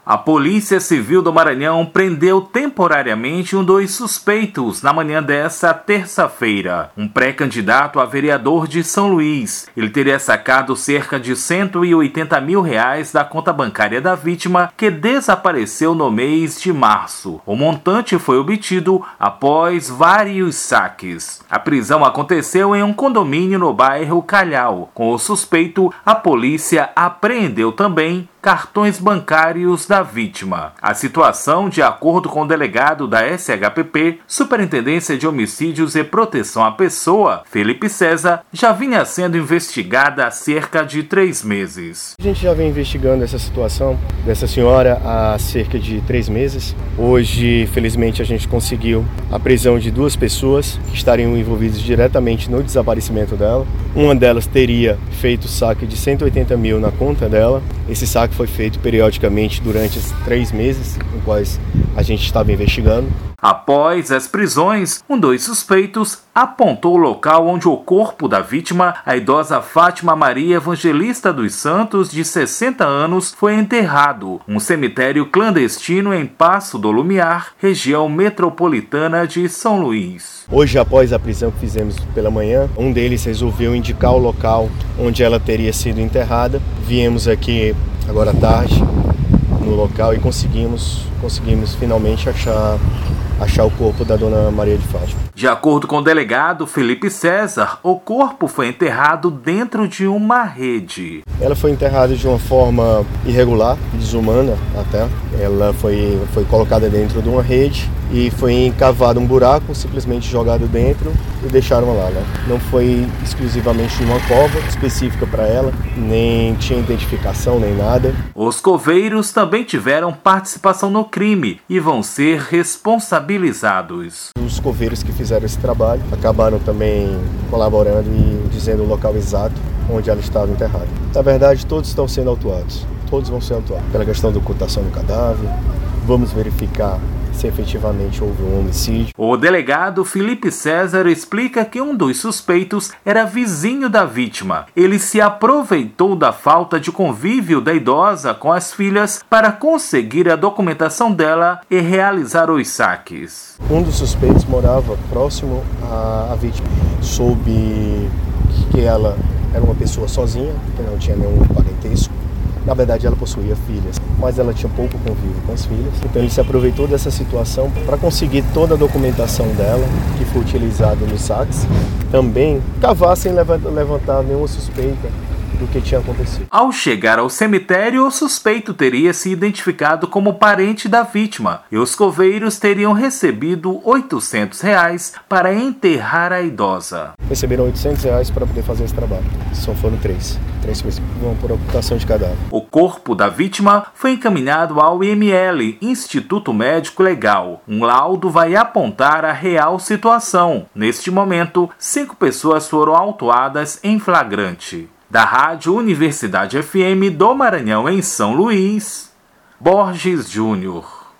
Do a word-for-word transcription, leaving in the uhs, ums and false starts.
A Polícia Civil do Maranhão prendeu temporariamente um dos suspeitos na manhã desta terça-feira, um pré-candidato a vereador de São Luís. Ele teria sacado cerca de cento e oitenta mil reais da conta bancária da vítima, que desapareceu no mês de março. O montante foi obtido após vários saques. A prisão aconteceu em um condomínio no bairro Calhau. Com o suspeito, a polícia apreendeu também cartões bancários da vítima. A situação, de acordo com o delegado da S H P P, Superintendência de Homicídios e Proteção à Pessoa, Felipe César, já vinha sendo investigada há cerca de três meses. A gente já vem investigando essa situação dessa senhora há cerca de três meses. Hoje, felizmente, a gente conseguiu a prisão de duas pessoas que estariam envolvidas diretamente no desaparecimento dela. Uma delas teria feito saque de cento e oitenta mil na conta dela. Esse saque foi feito periodicamente durante os três meses em quais a gente estava investigando. Após as prisões, um dos suspeitos apontou o local onde o corpo da vítima, a idosa Fátima Maria Evangelista dos Santos, de sessenta anos, foi enterrado, um cemitério clandestino em Passo do Lumiar, região metropolitana de São Luís. Hoje, após a prisão que fizemos pela manhã, um deles resolveu indicar o local onde ela teria sido enterrada. Viemos aqui agora à tarde no local e conseguimos, conseguimos finalmente achar achar o corpo da dona Maria de Fátima. De acordo com o delegado Felipe César, o corpo foi enterrado dentro de uma rede. Ela foi enterrada de uma forma irregular, desumana até. Ela foi, foi colocada dentro de uma rede e foi encavado um buraco, simplesmente jogado dentro e deixaram lá, né? Não foi exclusivamente numa cova específica para ela, nem tinha identificação, nem nada. Os coveiros também tiveram participação no crime e vão ser responsabilizados. Os coveiros que fizeram esse trabalho acabaram também colaborando e dizendo o local exato onde ela estava enterrada. Na verdade, todos estão sendo autuados, todos vão ser autuados pela questão da ocultação do cadáver. Vamos verificar se efetivamente houve um homicídio. O delegado Felipe César explica que um dos suspeitos era vizinho da vítima. Ele se aproveitou da falta de convívio da idosa com as filhas para conseguir a documentação dela e realizar os saques. Um dos suspeitos morava próximo à vítima. Soube que ela era uma pessoa sozinha, que não tinha nenhum parentesco. Na verdade, ela possuía filhas, mas ela tinha pouco convívio com as filhas. Então, ele se aproveitou dessa situação para conseguir toda a documentação dela, que foi utilizada nos saques. Também cavar sem levantar nenhuma suspeita do que tinha acontecido. Ao chegar ao cemitério, o suspeito teria se identificado como parente da vítima e os coveiros teriam recebido oitocentos reais para enterrar a idosa. Receberam oitocentos reais para poder fazer esse trabalho. Só foram três. Três pessoas vão por ocultação de cadáver. O corpo da vítima foi encaminhado ao I M L, Instituto Médico Legal. Um laudo vai apontar a real situação. Neste momento, cinco pessoas foram autuadas em flagrante. Da Rádio Universidade F M do Maranhão, em São Luís, Borges Júnior.